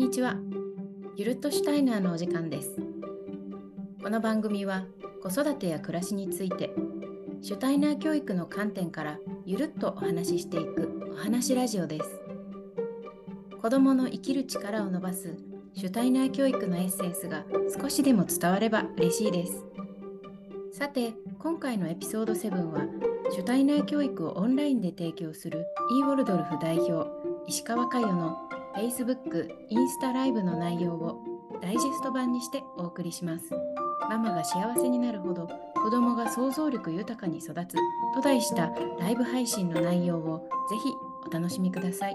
にちは。ゆるっとシュタイナーのお時間です。この番組は子育てや暮らしについてシュタイナー教育の観点からゆるっとお話ししていくお話ラジオです。子どもの生きる力を伸ばすシュタイナー教育のエッセンスが少しでも伝われば嬉しいです。さて、今回のエピソード7はシュタイナー教育をオンラインで提供するイーウォルドルフ代表石川佳代の Facebook、インスタライブの内容をダイジェスト版にしてお送りします。ママが幸せになるほど子供が想像力豊かに育つと題したライブ配信の内容をぜひお楽しみください。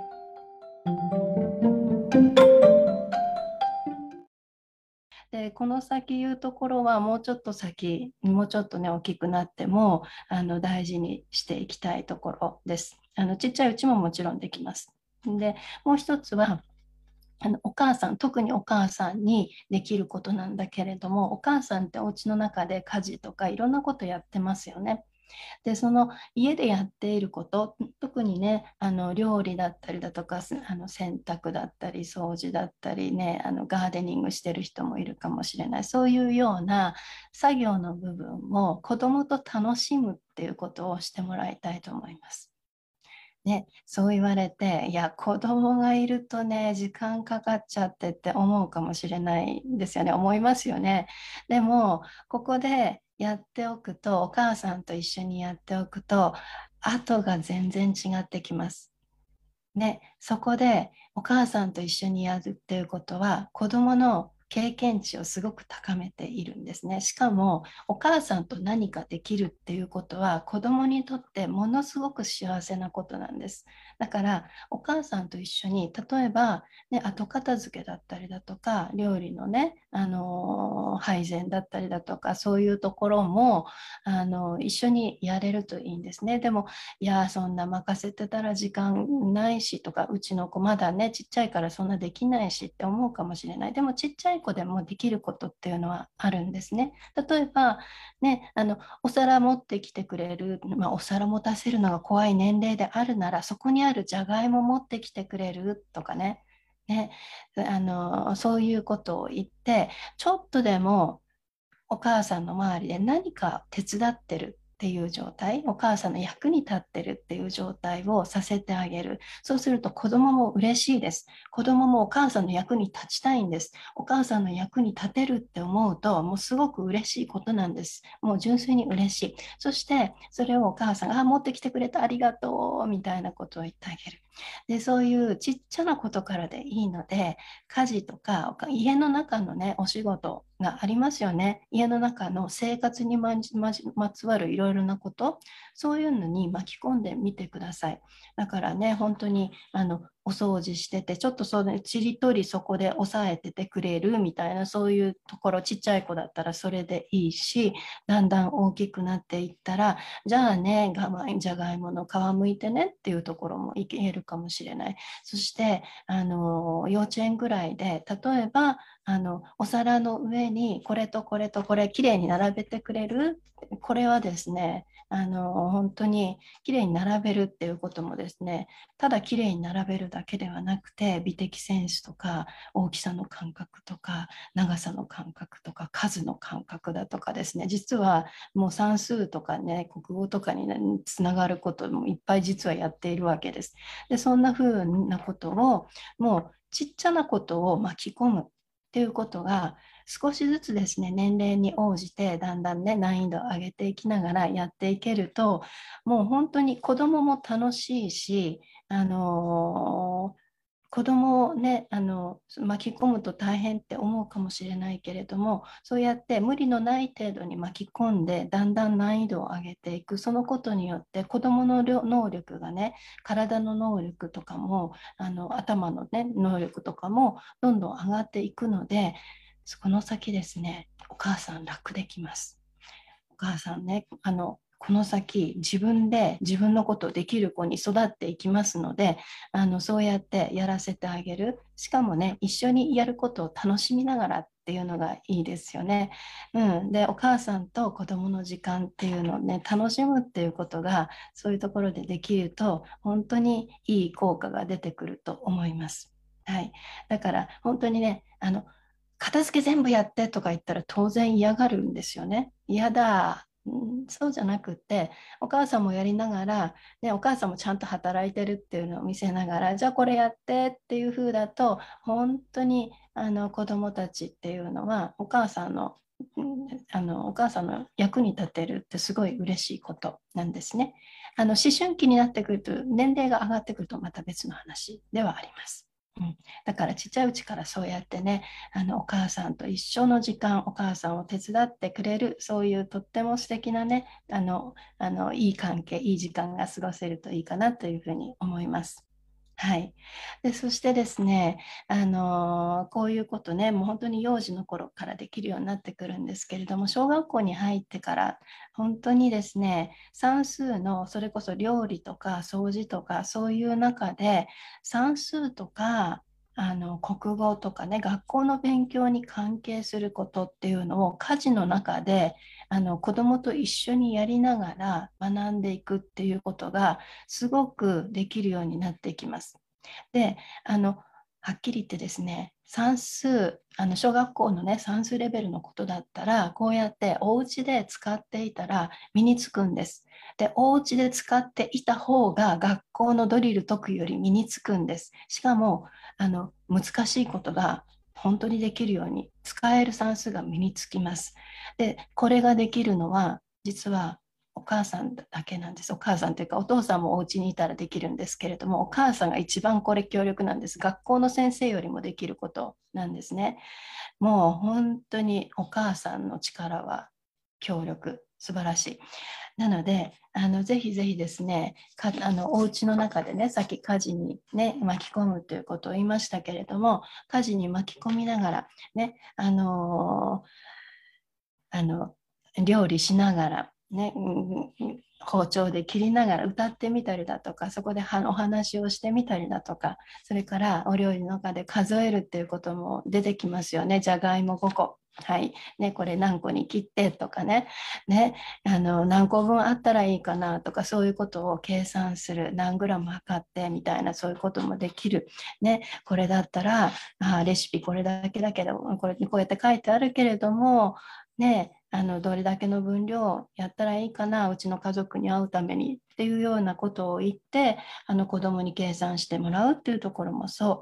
でこの先言うところはもうちょっと先、もうちょっとね大きくなっても大事にしていきたいところです。ちっちゃいうちももちろんできます。でもう一つはお母さん、特にお母さんにできることなんだけれども、お母さんってお家の中で家事とかいろんなことやってますよね。でその家でやっていること、特にね料理だったりだとか洗濯だったり掃除だったりねガーデニングしてる人もいるかもしれない、そういうような作業の部分を子どもと楽しむっていうことをしてもらいたいと思います。ね、そう言われて、いや子供がいるとね時間かかっちゃってって思うかもしれないんですよね、思いますよね。でもここでやっておくと、お母さんと一緒にやっておくと後が全然違ってきます。ね、そこでお母さんと一緒にやるっていうことは子どもの経験値をすごく高めているんですね。しかもお母さんと何かできるっていうことは子どもにとってものすごく幸せなことなんです。だからお母さんと一緒に、例えば、ね、後片付けだったりだとか料理のね、配膳だったりだとか、そういうところも一緒にやれるといいんですね。でもいやそんな任せてたら時間ないしとか、うちの子まだねちっちゃいからそんなできないしって思うかもしれない。でもちっちゃい子でもできることっていうのはあるんですね。例えばねお皿持ってきてくれる、お皿持たせるのが怖い年齢であるなら、そこにあるじゃがいも持ってきてくれるとかね、そういうことを言って、ちょっとでもお母さんの周りで何か手伝ってるっていう状態、お母さんの役に立ってるっていう状態をさせてあげる。そうすると子供も嬉しいです。子供もお母さんの役に立ちたいんです。お母さんの役に立てるって思うと、もうすごく嬉しいことなんです。もう純粋に嬉しい。そしてそれをお母さんが持ってきてくれた、ありがとうみたいなことを言ってあげる。でそういうちっちゃなことからでいいので、家事とか家の中のねお仕事がありますよね。家の中の生活にまつわるいろいろなこと、そういうのに巻き込んでみてください。だからね本当にお掃除しててちょっとそのちりとりそこで押さえててくれるみたいな、そういうところ、ちっちゃい子だったらそれでいいし、だんだん大きくなっていったら、じゃあねじゃがいもの皮むいてねっていうところもいけるかもしれない。そして幼稚園ぐらいで、例えばお皿の上にこれとこれとこれきれいに並べてくれる。これはですね本当にきれいに並べるっていうこともですね、ただきれいに並べるだけではなくて、美的センスとか大きさの感覚とか長さの感覚とか数の感覚だとかですね、実はもう算数とかね国語とかに、ね、つながることもいっぱい実はやっているわけです。でそんな風なことを、もうちっちゃなことを巻き込むっていうことが少しずつですね、年齢に応じてだんだんね難易度を上げていきながらやっていけると、もう本当に子どもも楽しいし、子供をね巻き込むと大変って思うかもしれないけれども、そうやって無理のない程度に巻き込んでだんだん難易度を上げていく。そのことによって子供の能力がね、体の能力とかも頭のね能力とかもどんどん上がっていくので、この先ですねお母さん楽できます。お母さんねこの先自分で自分のことをできる子に育っていきますので、そうやってやらせてあげる。しかもね一緒にやることを楽しみながらっていうのがいいですよね。でお母さんと子供の時間っていうのをね楽しむっていうことが、そういうところでできると本当にいい効果が出てくると思います。 はい。だから本当にね、片付け全部やってとか言ったら当然嫌がるんですよね。嫌だ。そうじゃなくって、お母さんもやりながら、ね、お母さんもちゃんと働いてるっていうのを見せながら、じゃあこれやってっていう風だと、本当に子供たちっていうのは、お母さんの役に立てるってすごい嬉しいことなんですね。思春期になってくると、年齢が上がってくるとまた別の話ではあります。うん、だからちっちゃいうちからそうやってね、お母さんと一緒の時間、お母さんを手伝ってくれる、そういうとっても素敵なね、いい関係、いい時間が過ごせるといいかなというふうに思います。はい。で、そしてですね、こういうことね、もう本当に幼児の頃からできるようになってくるんですけれども、小学校に入ってから、本当にですね、算数の、それこそ料理とか掃除とか、そういう中で、算数とか、国語とかね、学校の勉強に関係することっていうのを家事の中で、子どもと一緒にやりながら学んでいくっていうことが、すごくできるようになってきます。で、はっきり言ってですね、算数、小学校のね、算数レベルのことだったら、こうやってお家で使っていたら身につくんです。で、お家で使っていた方が学校のドリル解くより身につくんです。しかも、難しいことが本当にできるように、使える算数が身につきます。で、これができるのは、実はお母さんだけなんです。お母さんというかお父さんもお家にいたらできるんですけれども、お母さんが一番これ強力なんです。学校の先生よりもできることなんですね。もう本当にお母さんの力は強力、素晴らしい。なので、ぜひぜひですね、お家の中でね、さっき家事にね、巻き込むということを言いましたけれども、家事に巻き込みながら、ね、あの料理しながら、ね、包丁で切りながら歌ってみたりだとか、そこでお話をしてみたりだとか、それからお料理の中で数えるっていうことも出てきますよね。じゃがいも5個。はい。ね、これ何個に切ってとかね。ね、何個分あったらいいかなとか、そういうことを計算する。何グラム測ってみたいな、そういうこともできる。ね、これだったら、レシピこれだけだけど、こうやって書いてあるけれども、ね、どれだけの分量やったらいいかな、うちの家族に会うためにっていうようなことを言って、子供に計算してもらうっていうところもそう。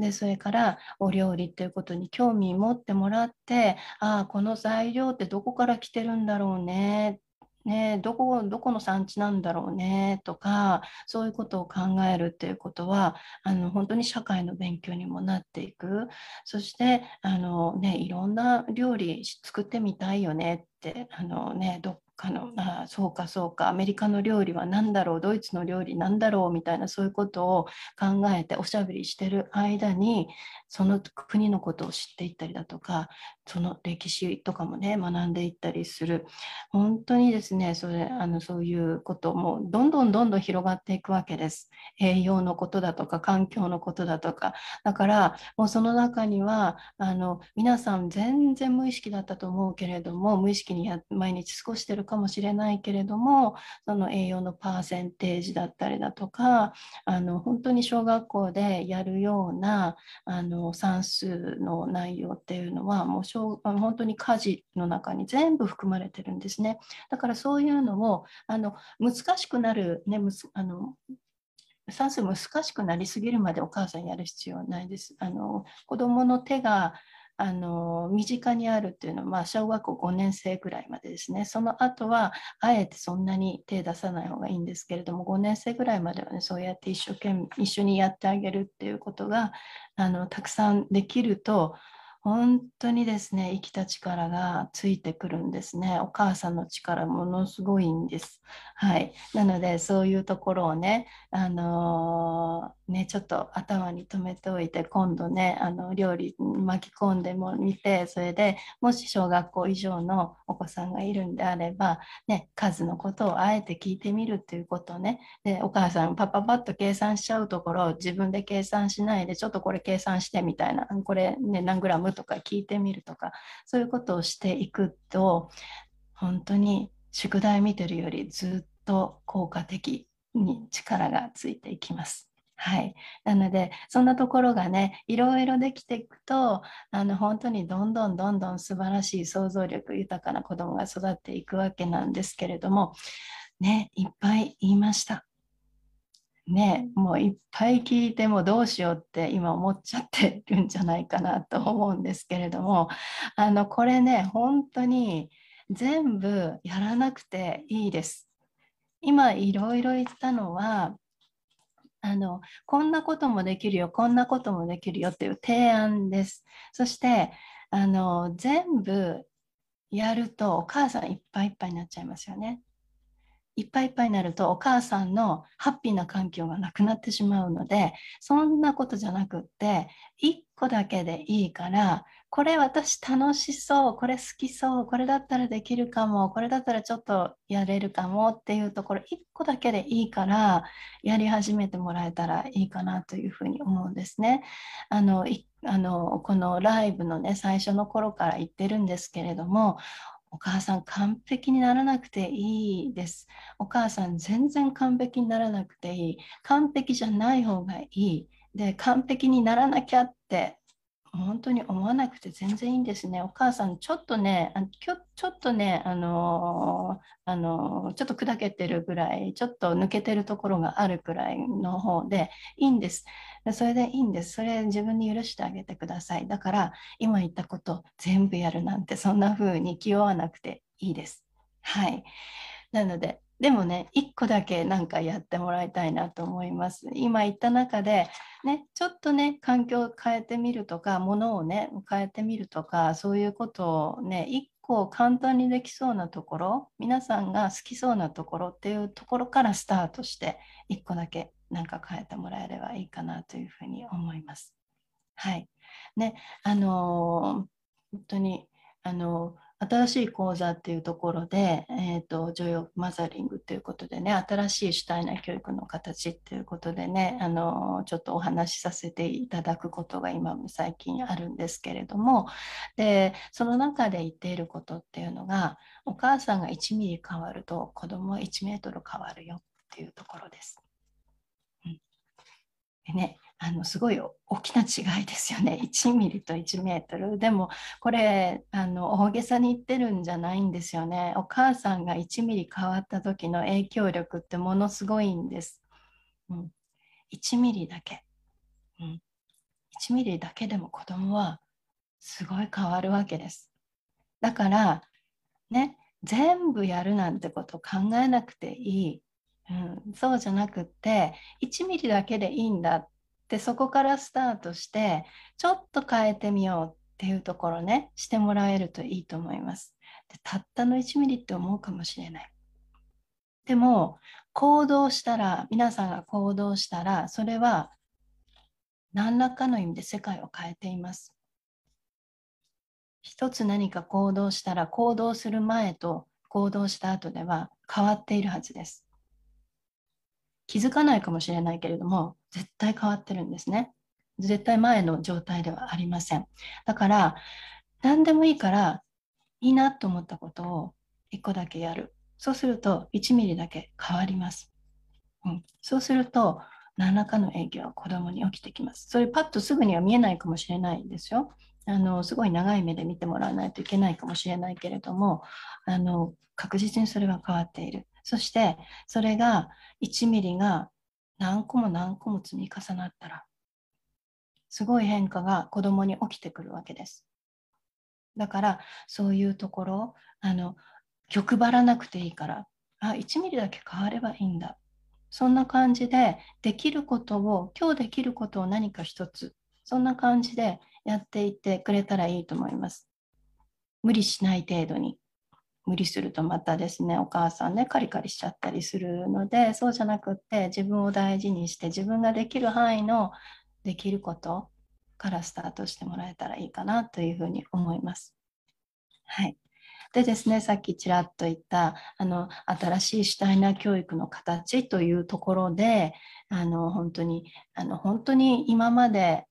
で、それからお料理っていうことに興味持ってもらって、ああ、この材料ってどこから来てるんだろうね。ね、どこの産地なんだろうねとか、そういうことを考えるっていうことは、本当に社会の勉強にもなっていく。そして、いろんな料理作ってみたいよねって、どっかの、そうかそうか、アメリカの料理は何だろう、ドイツの料理なんだろうみたいな、そういうことを考えておしゃべりしてる間に、その国のことを知っていったりだとか、その歴史とかもね、学んでいったりする。本当にですね、そういうこともどんどんどんどん広がっていくわけです。栄養のことだとか、環境のことだとか。だから、もうその中には皆さん全然無意識だったと思うけれども、無意識に毎日過ごしてるかもしれないけれども、その栄養のパーセンテージだったりだとか、本当に小学校でやるような算数の内容っていうのはもう本当に家事の中に全部含まれてるんですね。だからそういうのを難しくなる、ね、算数難しくなりすぎるまでお母さんやる必要はないです。子どもの手が身近にあるっていうのは、小学校5年生ぐらいまでですね。その後はあえてそんなに手出さない方がいいんですけれども、5年生ぐらいまではね、そうやって一緒にやってあげるっていうことがたくさんできると、本当にですね、生きた力がついてくるんですね。お母さんの力ものすごいんです。はい。なので、そういうところをね、ちょっと頭に留めておいて、今度ね、料理に巻き込んでもみて、それでもし小学校以上のお子さんがいるんであれば、ね、数のことをあえて聞いてみるっていうことをね、で、お母さんパッパッと計算しちゃうところを自分で計算しないで、ちょっとこれ計算してみたいな、これね、何グラムとか聞いてみるとか、そういうことをしていくと、本当に宿題見てるよりずっと効果的に力がついていきます。 はい。なので、そんなところがね、いろいろできていくと、本当にどんどんどんどん素晴らしい想像力豊かな子供が育っていくわけなんですけれども、ね、いっぱい言いました。ね、もういっぱい聞いてもどうしようって今思っちゃってるんじゃないかなと思うんですけれども、これね、本当に全部やらなくていいです。今いろいろ言ったのは、こんなこともできるよ、こんなこともできるよっていう提案です。そして、全部やるとお母さんいっぱいいっぱいになっちゃいますよね。いっぱいいっぱいになるとお母さんのハッピーな環境がなくなってしまうので、そんなことじゃなくって1個だけでいいから、これ私楽しそう、これ好きそう、これだったらできるかも、これだったらちょっとやれるかもっていうところ1個だけでいいからやり始めてもらえたらいいかなというふうに思うんですね。このライブのね最初の頃から言ってるんですけれども、お母さん完璧にならなくていいです。お母さん全然完璧にならなくていい。完璧じゃない方がいい。で、完璧にならなきゃって本当に思わなくて全然いいんですね。お母さん、ちょっとね、ちょっとね、ちょっと砕けてるぐらい、ちょっと抜けてるところがあるくらいの方でいいんです。それでいいんです。それ自分に許してあげてください。だから、今言ったこと全部やるなんて、そんな風に気負わなくていいです。はい。なので、でもね、一個だけなんかやってもらいたいなと思います。今言った中で、ね、ちょっとね、環境を変えてみるとか、ものをね、変えてみるとか、そういうことをね、一個簡単にできそうなところ、皆さんが好きそうなところっていうところからスタートして、一個だけなんか変えてもらえればいいかなというふうに思います。はい。ね、本当に、新しい講座っていうところで、ジョイ・オブ・マザリングということでね、新しい主体な教育の形っていうことでね、ちょっとお話しさせていただくことが今も最近あるんですけれども、で、その中で言っていることっていうのが、お母さんが1ミリ変わると子供は1メートル変わるよっていうところです。うんでね、すごい大きな違いですよね。1ミリと1メートル。でも、これ、大げさに言ってるんじゃないんですよね。お母さんが1ミリ変わった時の影響力ってものすごいんです。うん、1ミリだけ。うん、1ミリだけでも子供はすごい変わるわけです。だから、ね、全部やるなんてこと考えなくていい。そうじゃなくって1ミリだけでいいんだってそこからスタートしてちょっと変えてみようっていうところねしてもらえるといいと思います。でたったの1ミリって思うかもしれない。でも行動したら皆さんが行動したらそれは何らかの意味で世界を変えています。一つ何か行動したら行動する前と行動した後では変わっているはずです。気づかないかもしれないけれども、絶対変わってるんですね。絶対前の状態ではありません。だから、何でもいいから、いいなと思ったことを1個だけやる。そうすると、1ミリだけ変わります。そうすると、何らかの影響は子供に起きてきます。それパッとすぐには見えないかもしれないですよ。すごい長い目で見てもらわないといけないかもしれないけれども、確実にそれは変わっている。そして、それが1ミリが何個も何個も積み重なったら、すごい変化が子供に起きてくるわけです。だから、そういうところ、欲張らなくていいから、1ミリだけ変わればいいんだ。そんな感じで、できることを、今日できることを何か一つ、そんな感じでやっていってくれたらいいと思います。無理しない程度に。無理するとまたですね、お母さんね、カリカリしちゃったりするので、そうじゃなくって、自分を大事にして、自分ができる範囲のできることからスタートしてもらえたらいいかなというふうに思います。はい。でですね、さっきちらっと言った新しい主体な教育の形というところで本当に今まで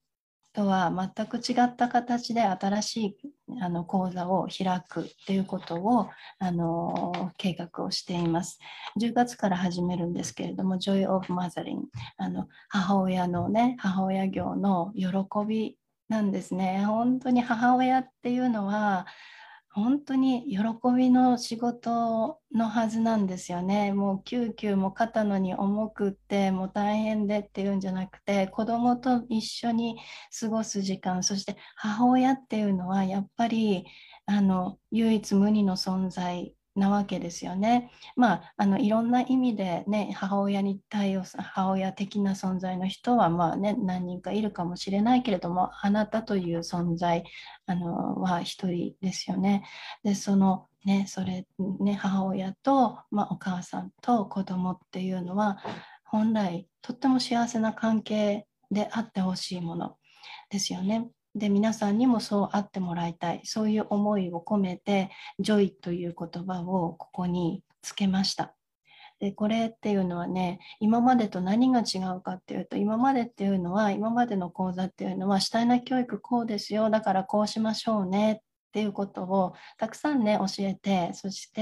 とは全く違った形で新しい講座を開くっていうことを計画をしています。10月から始めるんですけれども、Joy of Mothering、母親のね、母親業の喜びなんですね。本当に母親っていうのは本当に喜びの仕事のはずなんですよね。もう救急も肩のに重くってもう大変でっていうんじゃなくて、子供と一緒に過ごす時間、そして母親っていうのはやっぱり唯一無二の存在なわけですよね。いろんな意味で、ね、母親に対応する母親的な存在の人は、何人かいるかもしれないけれども、あなたという存在は一人ですよね。でそのね、それね、母親と、お母さんと子供っていうのは本来とっても幸せな関係であってほしいものですよね。で皆さんにもそうあってもらいたい、そういう思いを込めてジョイという言葉をここにつけました。でこれっていうのはね、今までと何が違うかっていうと、今までっていうのは、今までの講座っていうのは、シュタイナー教育こうですよ、だからこうしましょうねっていうことをたくさんね、教えて、そして、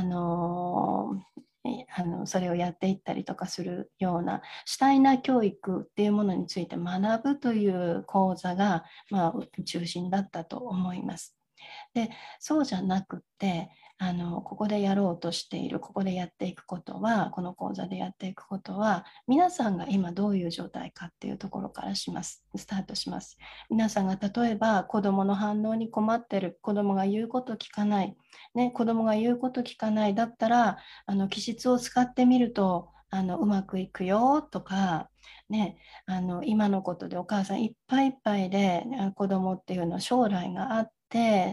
それをやっていったりとかするようなシュタイナー教育っていうものについて学ぶという講座が、中心だったと思います。でそうじゃなくて、ここでやろうとしている、ここでやっていくことは、この講座でやっていくことは、皆さんが今どういう状態かっていうところからスタートします。皆さんが例えば子どもの反応に困ってる、子どもが言うこと聞かない、ね、子どもが言うこと聞かないだったら、気質を使ってみるとうまくいくよとか、ね、今のことでお母さんいっぱいいっぱいで、子どもっていうのは将来があって、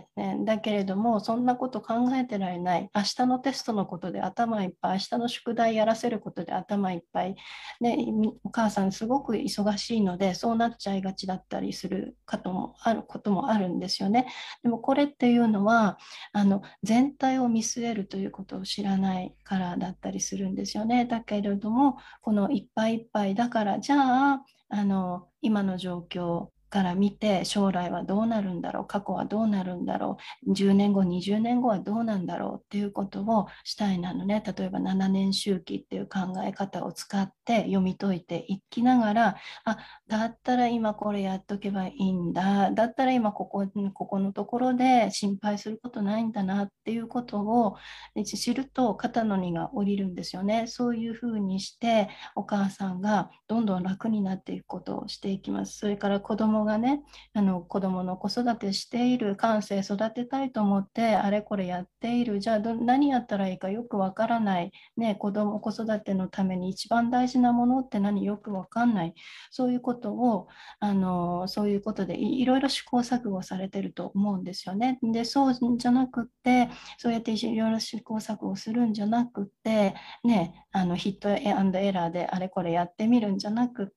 だけれどもそんなこと考えてられない、明日のテストのことで頭いっぱい、明日の宿題やらせることで頭いっぱい、お母さんすごく忙しいのでそうなっちゃいがちだったりすることもあるんですよね。でもこれっていうのは全体を見据えるということを知らないからだったりするんですよね。だけれどもこのいっぱいいっぱいだから、じゃあ今の状況から見て将来はどうなるんだろう、過去はどうなるんだろう、10年後20年後はどうなんだろうっていうことをシュタイナーのね、例えば7年周期っていう考え方を使って読み解いていきながら、だったら今これやっとけばいいんだ、だったら今ここのところで心配することないんだなっていうことを知ると肩の荷が下りるんですよね。そういうふうにしてお母さんがどんどん楽になっていくことをしていきます。それから子供がね、子供の子育てしている、感性育てたいと思ってあれこれやっている、じゃあ何やったらいいかよくわからない、ね、子育てのために一番大事なものって何、よくわかんない、そういうことをそういうことでいろいろ試行錯誤されてると思うんですよね。でそうじゃなくって、そうやっていろいろ試行錯誤するんじゃなくて、ね、ヒットエラーであれこれやってみるんじゃなくって、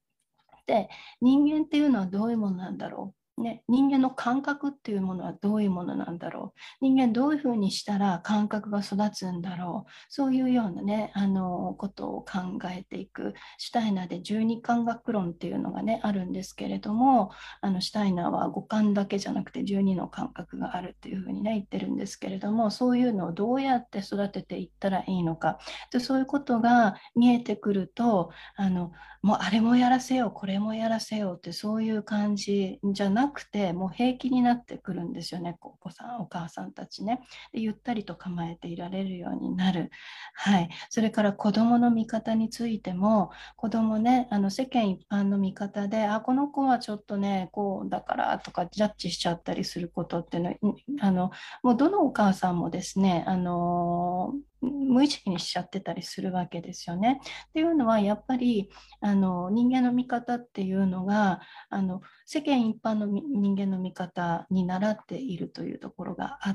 人間っていうのはどういうものなんだろう、ね、人間の感覚っていうものはどういうものなんだろう、人間どういうふうにしたら感覚が育つんだろう、そういうようなねことを考えていく。シュタイナーで十二感覚論っていうのがねあるんですけれども、シュタイナーは五感だけじゃなくて12の感覚があるっていうふうにね言ってるんですけれども、そういうのをどうやって育てていったらいいのか、でそういうことが見えてくるともうあれもやらせようこれもやらせようってそういう感じじゃなくて、もう平気になってくるんですよね、お子さんお母さんたちね。でゆったりと構えていられるようになる。はい、それから子どもの見方についても、子どもね、世間一般の見方でこの子はちょっとねこうだからとかジャッジしちゃったりすることっていうのはもうどのお母さんもですね無意識にしちゃってたりするわけですよね。っていうのはやっぱり人間の見方っていうのが世間一般の人間の見方に倣っているというところがあって、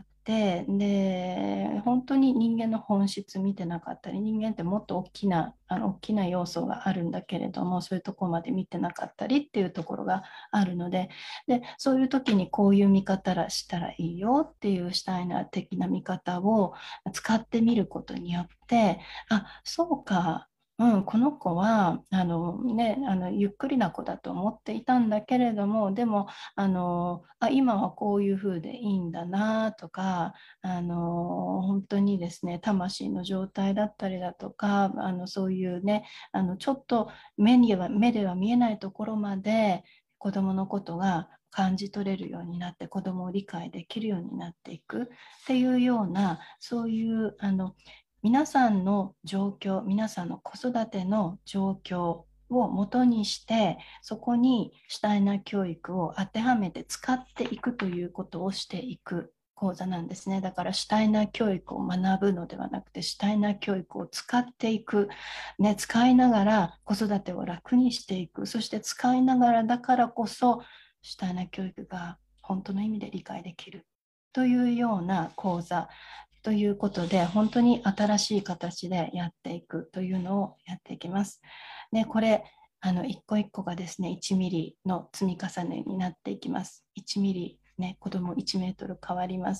で本当に人間の本質見てなかったり、人間ってもっと大きな要素があるんだけれども、そういうところまで見てなかったりっていうところがあるので、そういう時にこういう見方したらいいよっていうシュタイナー的な見方を使ってみることによって、そうか、 この子はゆっくりな子だと思っていたんだけれども、でも今はこういう風でいいんだなとか、本当にですね、魂の状態だったりだとか、そういうね、ちょっと目では見えないところまで子どものことが感じ取れるようになって、子どもを理解できるようになっていくっていうような、そういう皆さんの状況、皆さんの子育ての状況を元にして、そこにシュタイナー教育を当てはめて使っていくということをしていく講座なんですね。だからシュタイナー教育を学ぶのではなくて、シュタイナー教育を使っていく、使いながら子育てを楽にしていく、そして使いながらだからこそシュタイナー教育が本当の意味で理解できるというような講座ということで、本当に新しい形でやっていくというのをやっていきます。で、これ一個一個がですね、1ミリの積み重ねになっていきます。1ミリ、子供1メートル変わります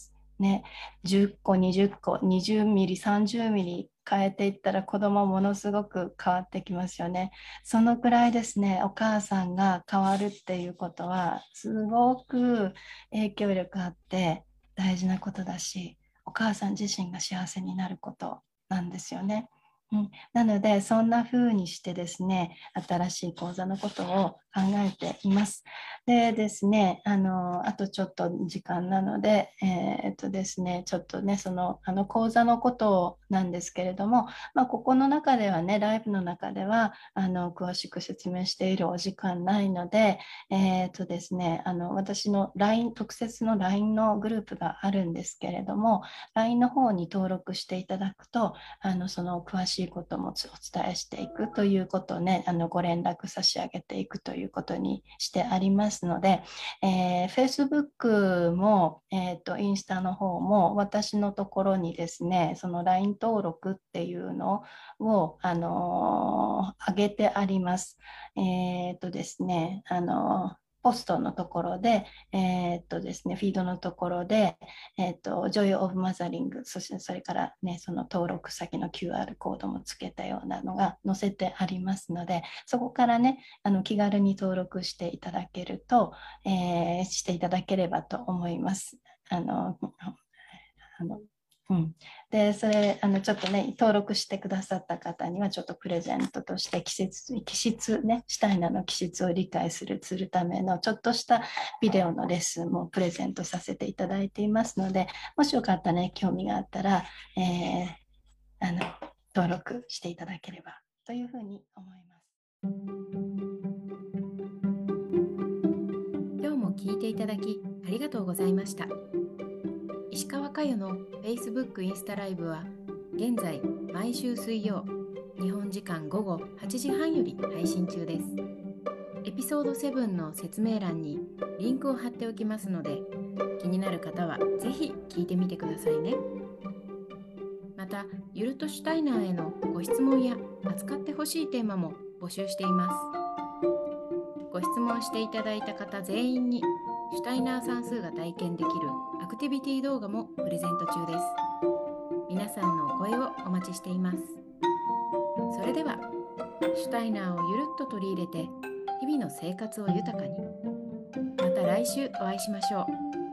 。10個、20個、20ミリ、30ミリ変えていったら子供ものすごく変わってきますよね。そのくらいですね、お母さんが変わるっていうことはすごく影響力あって大事なことだし、お母さん自身が幸せになることなんですよね。なのでそんな風にしてですね、新しい講座のことを考えています。でですね、あとちょっと時間なので、ですね、ちょっとね、その講座のことなんですけれども、ここの中ではね、ライブの中では詳しく説明しているお時間ないので、ですね、私の LINE、特設の LINE のグループがあるんですけれども、LINE の方に登録していただくと、その詳しいこともお伝えしていくということをね、ご連絡差し上げていくということにしてありますので、Facebook も、インスタの方も私のところにですね、その LINE 登録っていうのを、上げてあります。ですね、ポストのところで、ですね、フィードのところで、Joy of Mothering、そしてそれからね、その登録先の QR コードもつけたようなのが載せてありますので、そこからね、気軽に登録していただけると、していただければと思います。あので、それ、ちょっとね、登録してくださった方には、ちょっとプレゼントとして、気質ね、シュタイナーの気質を理解するための、ちょっとしたビデオのレッスンもプレゼントさせていただいていますので、もしよかったらね、興味があったら、登録していただければというふうに思います。 今日も聞いていただきありがとうございました。石川佳代の Facebook インスタライブは現在毎週水曜日本時間午後8時半より配信中です。エピソード7の説明欄にリンクを貼っておきますので、気になる方はぜひ聞いてみてくださいね。また、ゆるとシュタイナーへのご質問や扱ってほしいテーマも募集しています。ご質問していただいた方全員にシュタイナー算数が体験できるアクティビティ動画もプレゼント中です。皆さんのお声をお待ちしています。それでは、シュタイナーをゆるっと取り入れて日々の生活を豊かに。また来週お会いしましょう。